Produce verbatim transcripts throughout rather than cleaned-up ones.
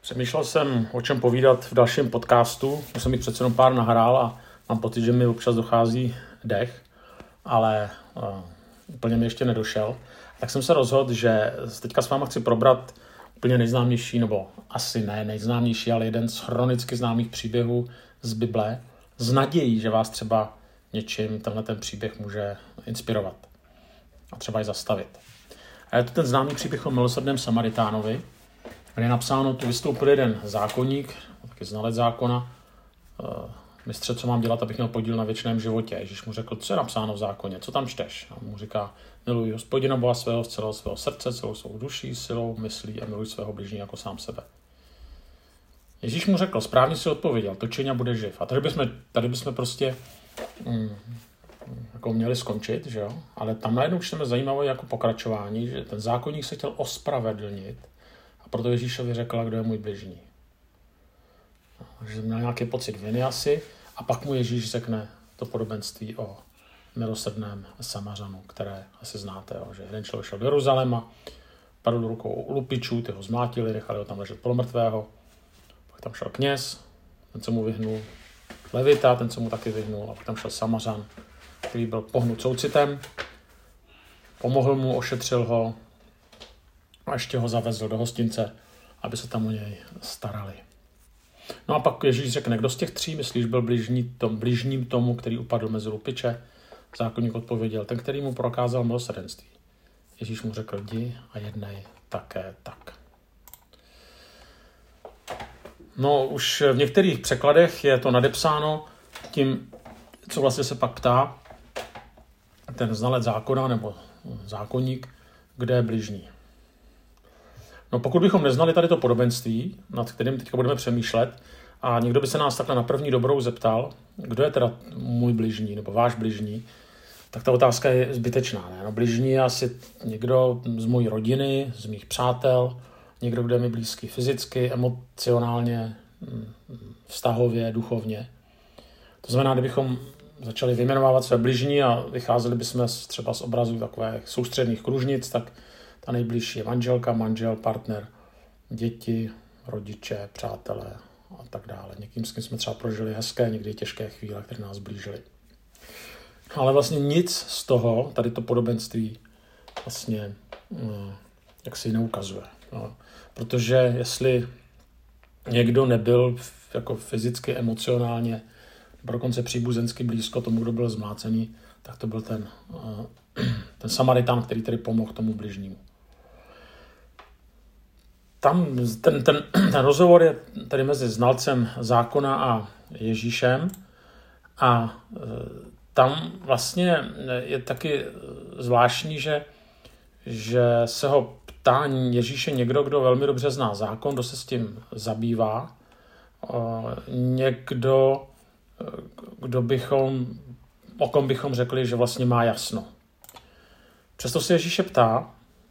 Přemýšlel jsem, o čem povídat v dalším podcastu. Už jsem jich přece jenom pár nahrál a mám pocit, že mi občas dochází dech, ale uh, úplně mi ještě nedošel. Tak jsem se rozhodl, že teďka s váma chci probrat úplně nejznámější, nebo asi ne nejznámější, ale jeden z chronicky známých příběhů z Bible, s nadějí, že vás třeba něčím tenhle ten příběh může inspirovat a třeba i zastavit. A je to ten známý příběh o milosrdném Samaritánovi, kde je napsáno, tu vystoupil jeden zákonník, taky znalec zákona, mistře, co mám dělat, abych měl podíl na věčném životě. Ježíš mu řekl, co je napsáno v zákoně, co tam čteš? A mu říká, miluj Hospodina Boha svého z celého svého srdce, celou svou duší, silou, myslí a miluj svého bližního jako sám sebe. Ježíš mu řekl, správně si odpověděl, to čiň a bude živ. A tady bychom, tady bychom prostě mm, jako měli skončit, že jo? Ale tam najednou čteme zajímavé jako pokračování, že ten zákonník se chtěl ospravedlnit a proto Ježíšovi řekl, kdo je můj bližní. Že měl nějaký pocit viny asi a pak mu Ježíš řekne to podobenství o milosrdném Samařanu, které asi znáte, jo? Že jeden člověk šel do Jeruzaléma, padl do rukou lupičů, ty ho zmlátili, nechali ho tam ležet polomrtvého, pak tam šel kněz, ten, co mu vyhnul, levita, ten, co mu taky vyhnul, a pak tam šel Samařan, který byl pohnut soucitem, pomohl mu, ošetřil ho a ještě ho zavezl do hostince, aby se tam o něj starali. No a pak Ježíš řekne, kdo z těch tří, myslíš, byl bližní tom, bližním tomu, který upadl mezi lupiče? Zákonník odpověděl, ten, který mu prokázal milosrdenství. Ježíš mu řekl, jdi a jednej také tak. No už v některých překladech je to nadepsáno tím, co vlastně se pak ptá ten znalec zákona nebo zákonník, kde je bližní. No pokud bychom neznali tady to podobenství, nad kterým teďka budeme přemýšlet, a někdo by se nás takhle na první dobrou zeptal, kdo je teda můj bližní nebo váš bližní, tak ta otázka je zbytečná. Ne? No, bližní je asi někdo z mojí rodiny, z mých přátel, někdo, kdo je mi blízký fyzicky, emocionálně, vztahově, duchovně. To znamená, kdybychom začali vyjmenovávat své bližní a vycházeli bychom třeba z obrazů takových soustředních kružnic, tak ta nejbližší je manželka, manžel, partner, děti, rodiče, přátelé a tak dále. Někým, s kým jsme třeba prožili hezké, někdy těžké chvíle, které nás blížily. Ale vlastně nic z toho, tady to podobenství vlastně jak si neukazuje. No. Protože jestli někdo nebyl jako fyzicky, emocionálně, nebo dokonce příbuzensky blízko tomu, kdo byl zmlácený, tak to byl ten, ten Samaritán, který tedy pomohl tomu bližnímu. Tam ten, ten, ten rozhovor je tady mezi znalcem zákona a Ježíšem a tam vlastně je taky zvláštní, že, že se ho ptá Ježíše někdo, kdo velmi dobře zná zákon, kdo se s tím zabývá, někdo, kdo bychom, o kom bychom řekli, že vlastně má jasno. Přesto se Ježíše ptá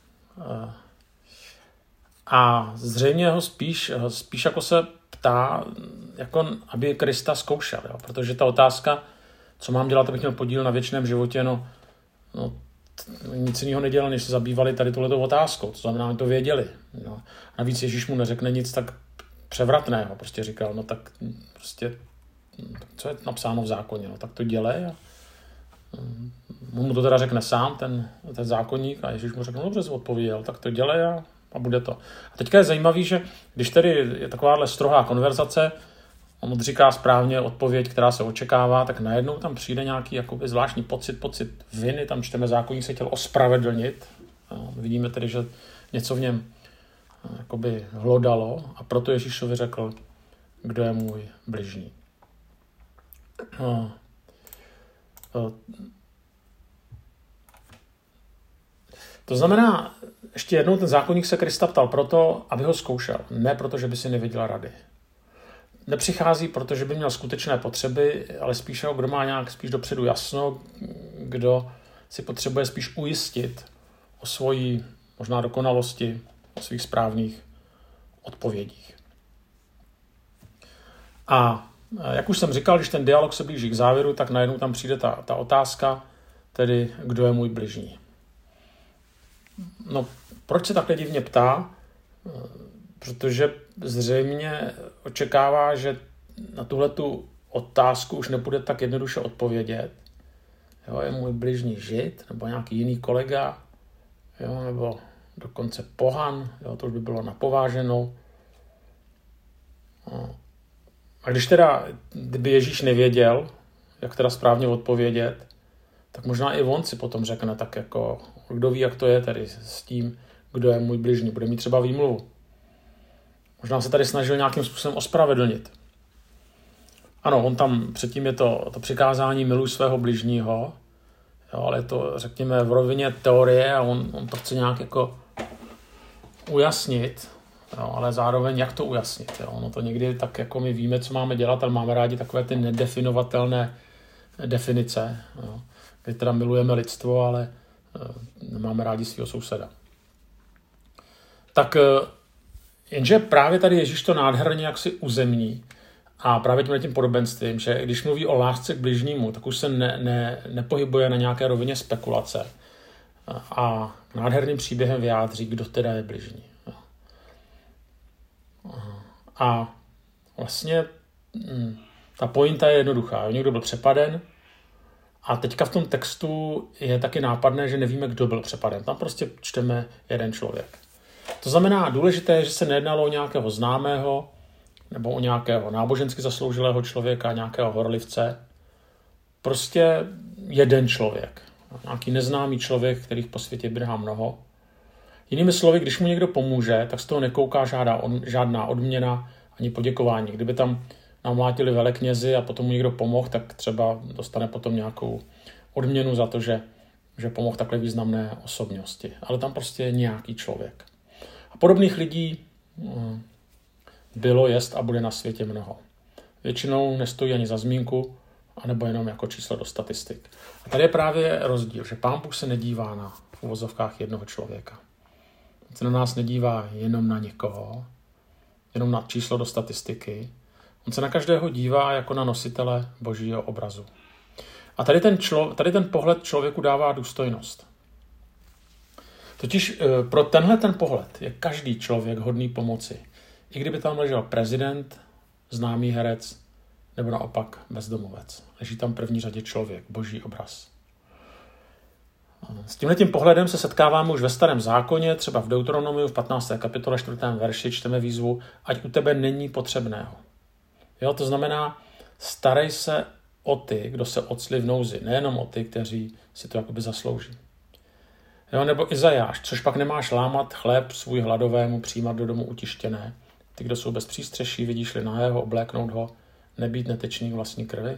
a zřejmě ho spíš, spíš jako se ptá, jako aby Krista zkoušel, jo? Protože ta otázka, co mám dělat, abych měl podíl na věčném životě, no, no nic jiného nedělal, než se zabývali tady touhletou otázkou, to znamená, oni to věděli. No. Navíc Ježíš mu neřekne nic tak převratného, prostě říkal, no tak prostě, co je napsáno v zákoně, no tak to dělej. A on mu to teda řekne sám, ten, ten zákonník, a Ježíš mu řekne, no dobře jsi odpověděl, tak to dělej a, a bude to. A teďka je zajímavý, že když tedy je takováhle strohá konverzace, on mu říká správně odpověď, která se očekává, tak najednou tam přijde nějaký jakoby zvláštní pocit, pocit viny, tam čteme zákonník se chtěl ospravedlnit. No, vidíme tedy, že něco v něm jakoby hlodalo a proto Ježíšovi řekl, kdo je můj bližní. No. To znamená, ještě jednou ten zákonník se Krista ptal proto, aby ho zkoušel, ne proto, že by si nevěděl rady. Nepřichází, protože by měl skutečné potřeby, ale spíše kdo má nějak spíš dopředu jasno, kdo si potřebuje spíš ujistit o svojí možná dokonalosti, o svých správných odpovědích. A jak už jsem říkal, když ten dialog se blíží k závěru, tak najednou tam přijde ta, ta otázka, tedy kdo je můj bližní. No, proč se takhle divně ptá? protože zřejmě očekává, že na tuhletu otázku už nebude tak jednoduše odpovědět. Jo, je můj bližní žid, nebo nějaký jiný kolega, jo, nebo dokonce pohan, jo, to už by bylo napováženou. No. A když teda, kdyby Ježíš nevěděl, jak teda správně odpovědět, tak možná i on si potom řekne, tak jako, kdo ví, jak to je tady s tím, kdo je můj bližní, bude mít třeba výmluvu. Možná se tady snažil nějakým způsobem ospravedlnit. Ano, on tam předtím je to, to přikázání miluj svého bližního, jo, ale je to, řekněme, v rovině teorie a on, on to chce nějak jako ujasnit, jo, ale zároveň jak to ujasnit. Jo? Ono to někdy tak, jako my víme, co máme dělat, ale máme rádi takové ty nedefinovatelné definice, jo? Kdy teda milujeme lidstvo, ale nemáme rádi svého souseda. Tak jenže právě tady Ježíš to nádherně jaksi uzemní a právě tímhle tím podobenstvím, že když mluví o lásce k bližnímu, tak už se ne, ne, nepohybuje na nějaké rovině spekulace a nádherným příběhem vyjádří, kdo teda je bližní. A vlastně ta pointa je jednoduchá. Někdo byl přepaden a teďka v tom textu je taky nápadné, že nevíme, kdo byl přepaden. Tam prostě čteme jeden člověk. To znamená, důležité je, že se nejednalo o nějakého známého nebo o nějakého nábožensky zasloužilého člověka, nějakého horlivce. Prostě jeden člověk. Nějaký neznámý člověk, kterých po světě běhá mnoho. Jinými slovy, když mu někdo pomůže, tak z toho nekouká žádná, žádná odměna ani poděkování. Kdyby tam namlátili veleknězi a potom mu někdo pomohl, tak třeba dostane potom nějakou odměnu za to, že, že pomohl takhle významné osobnosti. Ale tam prostě je nějaký člověk. A podobných lidí bylo, jest a bude na světě mnoho. Většinou nestojí ani za zmínku, anebo jenom jako číslo do statistik. A tady je právě rozdíl, že Pán Bůh se nedívá na v uvozovkách jednoho člověka. On se na nás nedívá jenom na někoho, jenom na číslo do statistiky. On se na každého dívá jako na nositele božího obrazu. A tady ten, člo, tady ten pohled člověku dává důstojnost. Totiž pro tenhle ten pohled je každý člověk hodný pomoci. I kdyby tam ležel prezident, známý herec, nebo naopak bezdomovec. Leží tam v první řadě člověk, boží obraz. S tímhletím pohledem se setkáváme už ve Starém zákoně, třeba v Deuteronomiu v patnácté kapitole čtvrtém verši čteme výzvu, ať u tebe není potřebného. Jo, to znamená, starej se o ty, kdo se ocli v nouzi, nejenom o ty, kteří si to jakoby zaslouží. Jo, nebo Izajáš, což pak nemáš lámat chléb svůj hladovému, přijímat do domu utištěné. Ty, kdo jsou bez přístřeší, vidíš-li nahého, obléknout ho, nebýt netečný vlastní krvi.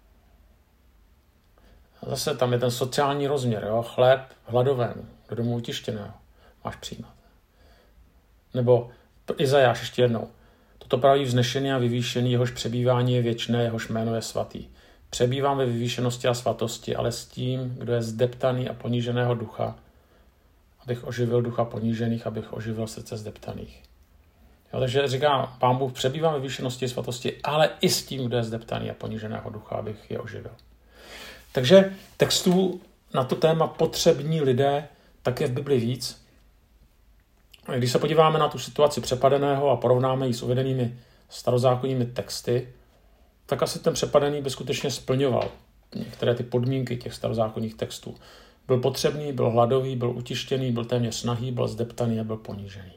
A zase tam je ten sociální rozměr, jo? Chléb hladovému, do domu utištěného máš přijímat. Nebo Izajáš ještě jednou. Toto praví vznešený a vyvýšený, jehož přebývání je věčné, jehož jméno je svatý. Přebývám ve vyvýšenosti a svatosti, ale s tím, kdo je zdeptaný a poníženého ducha, abych oživil ducha ponížených, abych oživil srdce zdeptaných. Jo, takže říká Pán Bůh, přebývám ve vyvýšenosti a svatosti, ale i s tím, kdo je zdeptaný a poníženého ducha, abych je oživil. Takže textů na to téma potřební lidé tak je v Bibli víc. Když se podíváme na tu situaci přepadeného a porovnáme ji s uvedenými starozákonními texty, tak asi ten přepadený by skutečně splňoval některé ty podmínky těch starozákonních textů. Byl potřebný, byl hladový, byl utištěný, byl téměř nahý, byl zdeptaný a byl ponížený.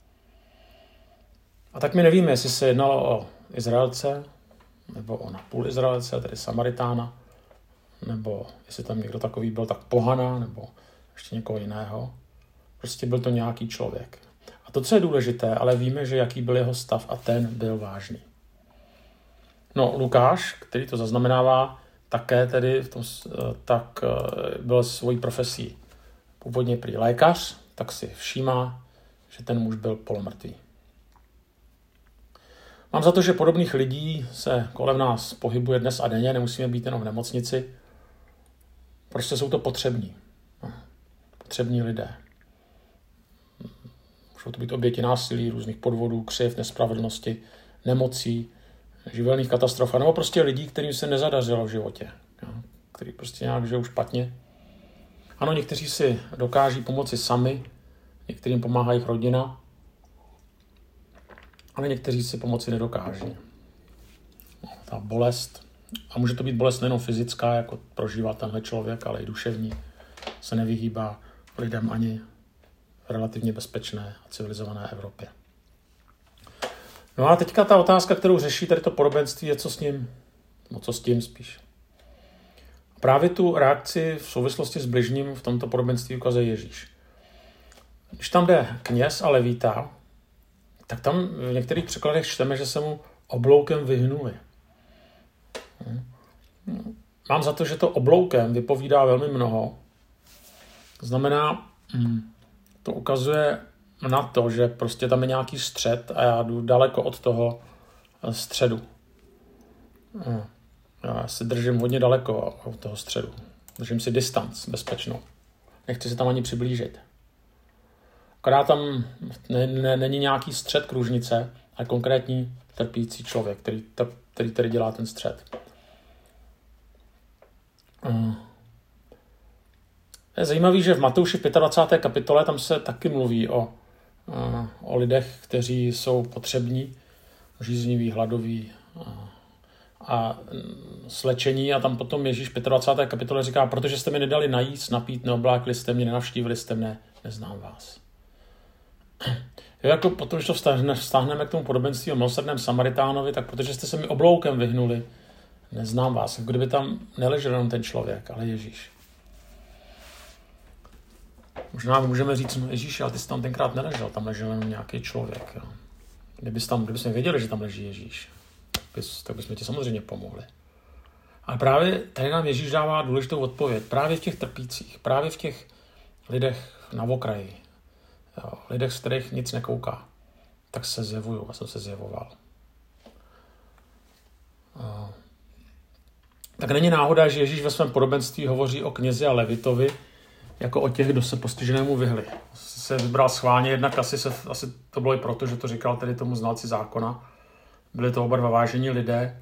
A tak my nevíme, jestli se jednalo o Izraelce, nebo o napůl Izraelce, tedy Samaritána, nebo jestli tam někdo takový byl, tak pohana, nebo ještě někoho jiného. Prostě byl to nějaký člověk. A to, co je důležité, ale víme, že jaký byl jeho stav a ten byl vážný. No, Lukáš, který to zaznamenává, také tedy v tom, tak byl svojí profesí původně prý lékař, tak si všímá, že ten muž byl polomrtvý. Mám za to, že podobných lidí se kolem nás pohybuje dnes a denně, nemusíme být jenom v nemocnici. Prostě jsou to potřební. Potřební lidé. Můžou to být oběti násilí, různých podvodů, křiv, nespravedlnosti, nemocí, živelných katastrof, nebo prostě lidí, kterým se nezadařilo v životě, který prostě nějak žijou špatně. Ano, někteří si dokáží pomoci sami, některým pomáhá jejich rodina, ale někteří si pomoci nedokáží. Ta bolest, a může to být bolest nejen fyzická, jako prožívá tenhle člověk, ale i duševní, se nevyhýbá lidem ani v relativně bezpečné a civilizované Evropě. No a teďka ta otázka, kterou řeší tady to podobenství, je co s ním, no co s tím spíš. Právě tu reakci v souvislosti s bližním v tomto podobenství ukazuje Ježíš. Když tam jde kněz a levita, tak tam v některých překladech čteme, že se mu obloukem vyhnuli. Mám za to, že to obloukem vypovídá velmi mnoho. Znamená, to ukazuje na to, že prostě tam je nějaký střed a já jdu daleko od toho středu. Já se držím hodně daleko od toho středu. Držím si distanc bezpečnou. Nechci se tam ani přiblížit. Akorát tam ne, ne, není nějaký střed kružnice, ale konkrétní trpící člověk, který, který tady dělá ten střed. Je zajímavý, že v Matouši dvacáté páté kapitole tam se taky mluví o, o lidech, kteří jsou potřební, žízniví, hladoví a slečení, a tam potom Ježíš v dvacáté páté kapitole říká, protože jste mi nedali najíst, napít, neoblákli jste mě, nenavštívili jste mne, neznám vás. Jo, jako potom, když to vztáhneme k tomu podobenství o milosrdném Samaritánovi, tak protože jste se mi obloukem vyhnuli, neznám vás. Jako kdyby tam neležel jenom ten člověk, ale Ježíš. Možná můžeme říct, no Ježíš, ale ty jsi tam tenkrát neležel, tam ležel jenom nějaký člověk. Jo. Kdybys tam, kdybychom věděli, že tam leží Ježíš, tak, bys, tak bychom ti samozřejmě pomohli. Ale právě tady nám Ježíš dává důležitou odpověď. Právě v těch trpících, právě v těch lidech na okraji, jo, lidech, z kterých nic nekouká, tak se zjevuju. Já jsem se zjevoval. Jo. Tak není náhoda, že Ježíš ve svém podobenství hovoří o knězi a levitovi jako o těch, kdo se postiženému vyhli. Se vybral schválně, jednak asi, se, asi to bylo i proto, že to říkal tedy tomu znalci zákona. Byli to oba dva vážení lidé.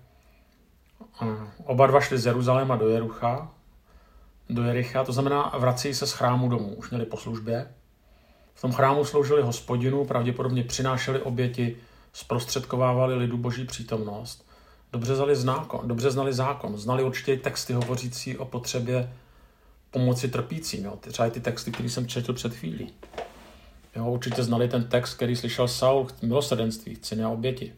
Oba dva šli z Jeruzaléma do Jerucha, do Jericha, to znamená vrací se z chrámu domů. Už měli po službě. V tom chrámu sloužili Hospodinu, pravděpodobně přinášeli oběti, zprostředkovávali lidu Boží přítomnost. Dobře znali zákon, dobře znali zákon, znali určitě texty hovořící o potřebě pomoci trpícím. Jo. Třeba ty texty, které jsem četl před chvílí. Jo, určitě znali ten text, který slyšel Saul, milosrdenství, ceny a oběti.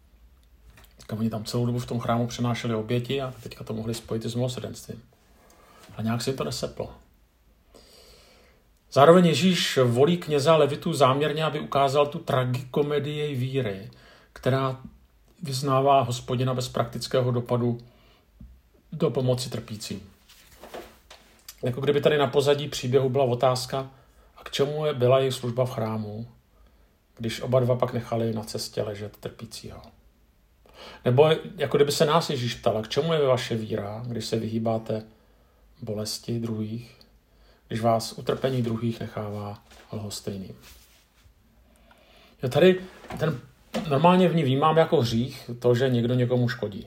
Tak oni tam celou dobu v tom chrámu přenášeli oběti a teďka to mohli spojit s milosrdenstvím. A nějak se jim to neseplo. Zároveň Ježíš volí kněze a levitu záměrně, aby ukázal tu tragikomedii její víry, která vyznává Hospodina bez praktického dopadu do pomoci trpícím. Jako kdyby tady na pozadí příběhu byla otázka, a k čemu je byla jejich služba v chrámu, když oba dva pak nechali na cestě ležet trpícího. Nebo jako kdyby se nás Ježíš ptal, k čemu je vaše víra, když se vyhýbáte bolesti druhých, když vás utrpení druhých nechává lhostejným. Jo, tady ten normálně v ní vnímám jako hřích to, že někdo někomu škodí.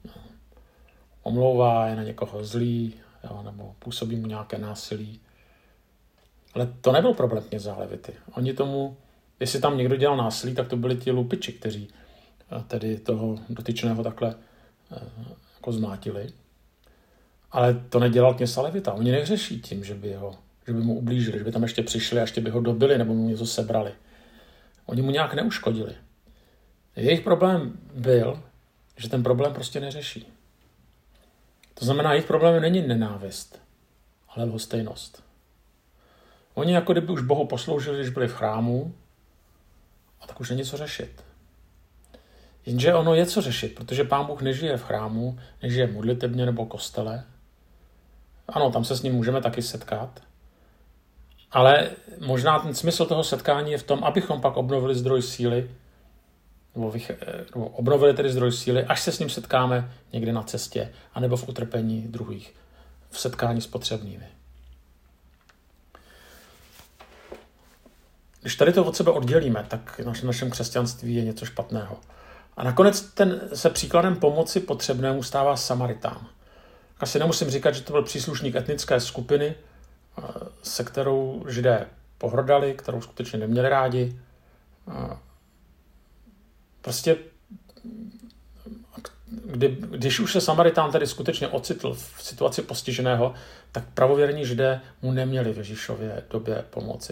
Omlouvá, je na někoho zlý, jo, nebo působí mu nějaké násilí. Ale to nebyl problém kněze a levity. Oni tomu, jestli tam někdo dělal násilí, tak to byli ti lupiči, kteří tedy toho dotyčného takhle jako zmátili. Ale to nedělal kněz a levita. Oni nehřeší tím, že by, ho, že by mu ublížili, že by tam ještě přišli a ještě by ho dobili nebo mu něco sebrali. Oni mu nějak neuškodili. Jejich problém byl, že ten problém prostě neřeší. To znamená, jejich problémem není nenávist, ale lhostejnost. Oni jako kdyby už Bohu posloužili, když byli v chrámu, a tak už není co řešit. Jenže ono je co řešit, protože Pán Bůh nežije v chrámu, nežije v modlitebně nebo kostele. Ano, tam se s ním můžeme taky setkat. Ale možná ten smysl toho setkání je v tom, abychom pak obnovili zdroj síly, nebo, vych, nebo obnovili tedy zdroj síly, až se s ním setkáme někde na cestě, anebo v utrpení druhých, v setkání s potřebnými. Když tady to od sebe oddělíme, tak v našem křesťanství je něco špatného. A nakonec ten se příkladem pomoci potřebnému stává Samaritán. Asi nemusím říkat, že to byl příslušník etnické skupiny, se kterou Židé pohrdali, kterou skutečně neměli rádi. prostě kdy, když už se Samaritán tady skutečně ocitl v situaci postiženého, tak pravověrní Židé mu neměli v Ježíšově době pomoci.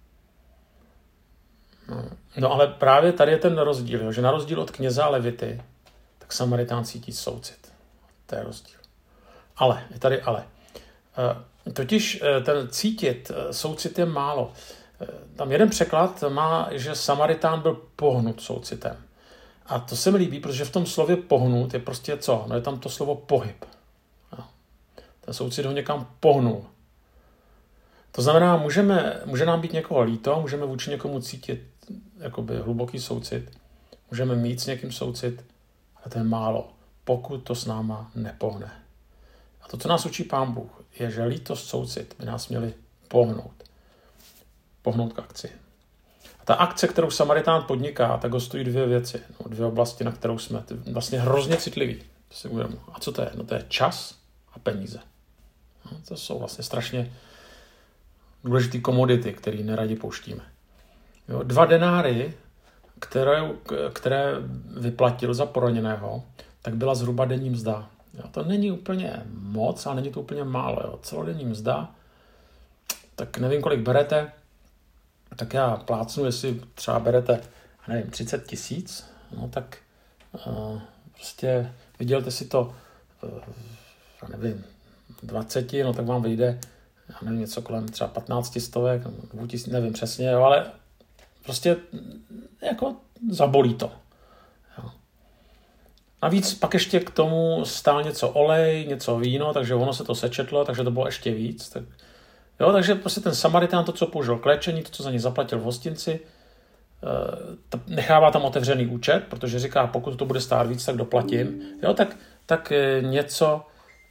No, no ale právě tady je ten rozdíl, jo, že na rozdíl od kněze a levity, tak Samaritán cítí soucit. To je rozdíl. Ale, je tady ale. Totiž ten cítit, soucit je málo. Tam jeden překlad má, že Samaritán byl pohnut soucitem. A to se mi líbí, protože v tom slově pohnut je prostě co? No je tam to slovo pohyb. Ten soucit ho někam pohnul. To znamená, můžeme, může nám být někoho líto, můžeme vůči někomu cítit jakoby hluboký soucit, můžeme mít s někým soucit, ale to je málo, pokud to s náma nepohne. A to, co nás učí Pán Bůh, je, že lítost, soucit by nás měli pohnout. Pohnout k akci. A ta akce, kterou Samaritán podniká, tak ho stojí dvě věci, no, dvě oblasti, na kterou jsme vlastně hrozně citliví. A co to je? No to je čas a peníze. No, to jsou vlastně strašně důležitý komodity, který neradi pouštíme. Jo, dva denáry, které, které vyplatil za poraněného, tak byla zhruba denní mzda. Jo, to není úplně moc, ale není to úplně málo. Jo. Celodenní mzda, tak nevím, kolik berete, tak já plácnu, jestli třeba berete, nevím, třicet tisíc, no tak uh, prostě vydělte si to, uh, nevím, dvacet, no tak vám vyjde, já nevím, něco kolem třeba patnáct stovek, nevím přesně, jo, ale prostě jako zabolí to. Jo. Navíc pak ještě k tomu stál něco olej, něco víno, takže ono se to sečetlo, takže to bylo ještě víc. Tak, jo, takže prostě ten Samaritán to, co použil k léčení, to, co za ně zaplatil v hostinci, nechává tam otevřený účet, protože říká, pokud to bude stát víc, tak doplatím. Jo, tak, tak něco,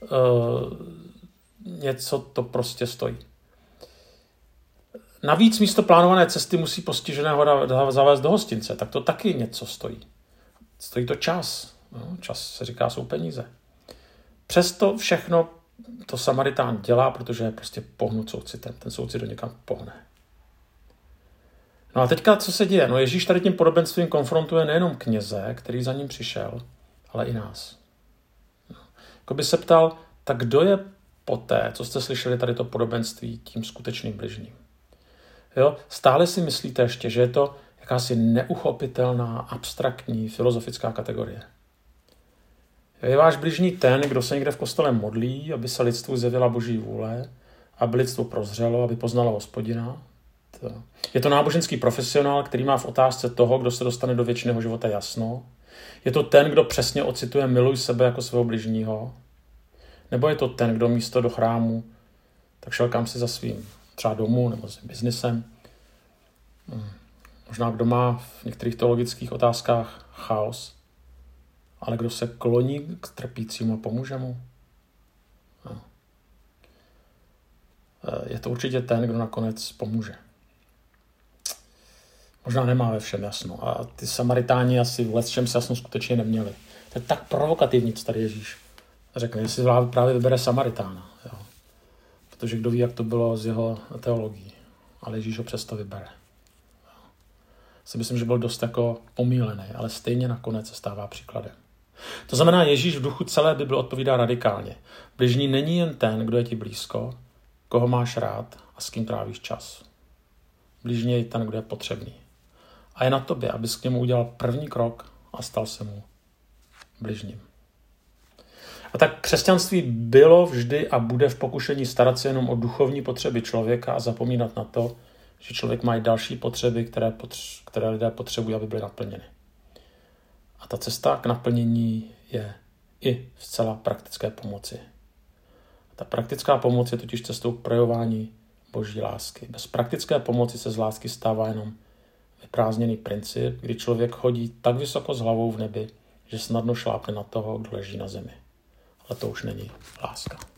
něco to prostě stojí. Navíc místo plánované cesty musí postiženého zavést do hostince, tak to taky něco stojí. Stojí to čas. No, čas se říká, jsou peníze. Přesto všechno to Samaritán dělá, protože je prostě pohnut soucitem. Ten soucit do někam pohne. No a teďka, co se děje? No Ježíš tady tím podobenstvím konfrontuje nejenom kněze, který za ním přišel, ale i nás. No. Jako by se ptal, tak kdo je poté, co jste slyšeli tady to podobenství, tím skutečným bližním? Jo? Stále si myslíte ještě, že je to jakási neuchopitelná, abstraktní, filozofická kategorie. Je váš bližní ten, kdo se někde v kostele modlí, aby se lidstvu zjevila Boží vůle, aby lidstvo prozřelo, aby poznalo Hospodina. To. Je to náboženský profesionál, který má v otázce toho, kdo se dostane do věčného života jasno. Je to ten, kdo přesně ocituje miluj sebe jako svého bližního. Nebo je to ten, kdo místo do chrámu tak šel kam si za svým, třeba domů nebo s biznisem. Hmm. Možná kdo má v některých teologických otázkách chaos, ale kdo se kloní k trpícímu a pomůže mu. No. Je to určitě ten, kdo nakonec pomůže. Možná nemá ve všem jasno. A ty Samaritáni asi v lecčem se jasno skutečně neměli. To je tak provokativní, co tady Ježíš řekne, že si právě vybere Samaritána. Jo. Protože kdo ví, jak to bylo z jeho teologií. Ale Ježíš ho přesto vybere. Jo. Si myslím, že byl dost jako pomílený, ale stejně nakonec se stává příkladem. To znamená, Ježíš v duchu celé Bible odpovídá radikálně. Bližní není jen ten, kdo je ti blízko, koho máš rád a s kým trávíš čas. Bližní je ten, kdo je potřebný. A je na tobě, abys k němu udělal první krok a stal se mu bližním. A tak křesťanství bylo vždy a bude v pokušení starat se jenom o duchovní potřeby člověka a zapomínat na to, že člověk má i další potřeby, které, potř- které lidé potřebují, aby byly naplněny. A ta cesta k naplnění je i zcela praktické pomoci. A ta praktická pomoc je totiž cestou projevování Boží lásky. Bez praktické pomoci se z lásky stává jenom vyprázdněný princip, kdy člověk chodí tak vysoko s hlavou v nebi, že snadno šlápne na toho, kdo leží na zemi. Ale to už není láska.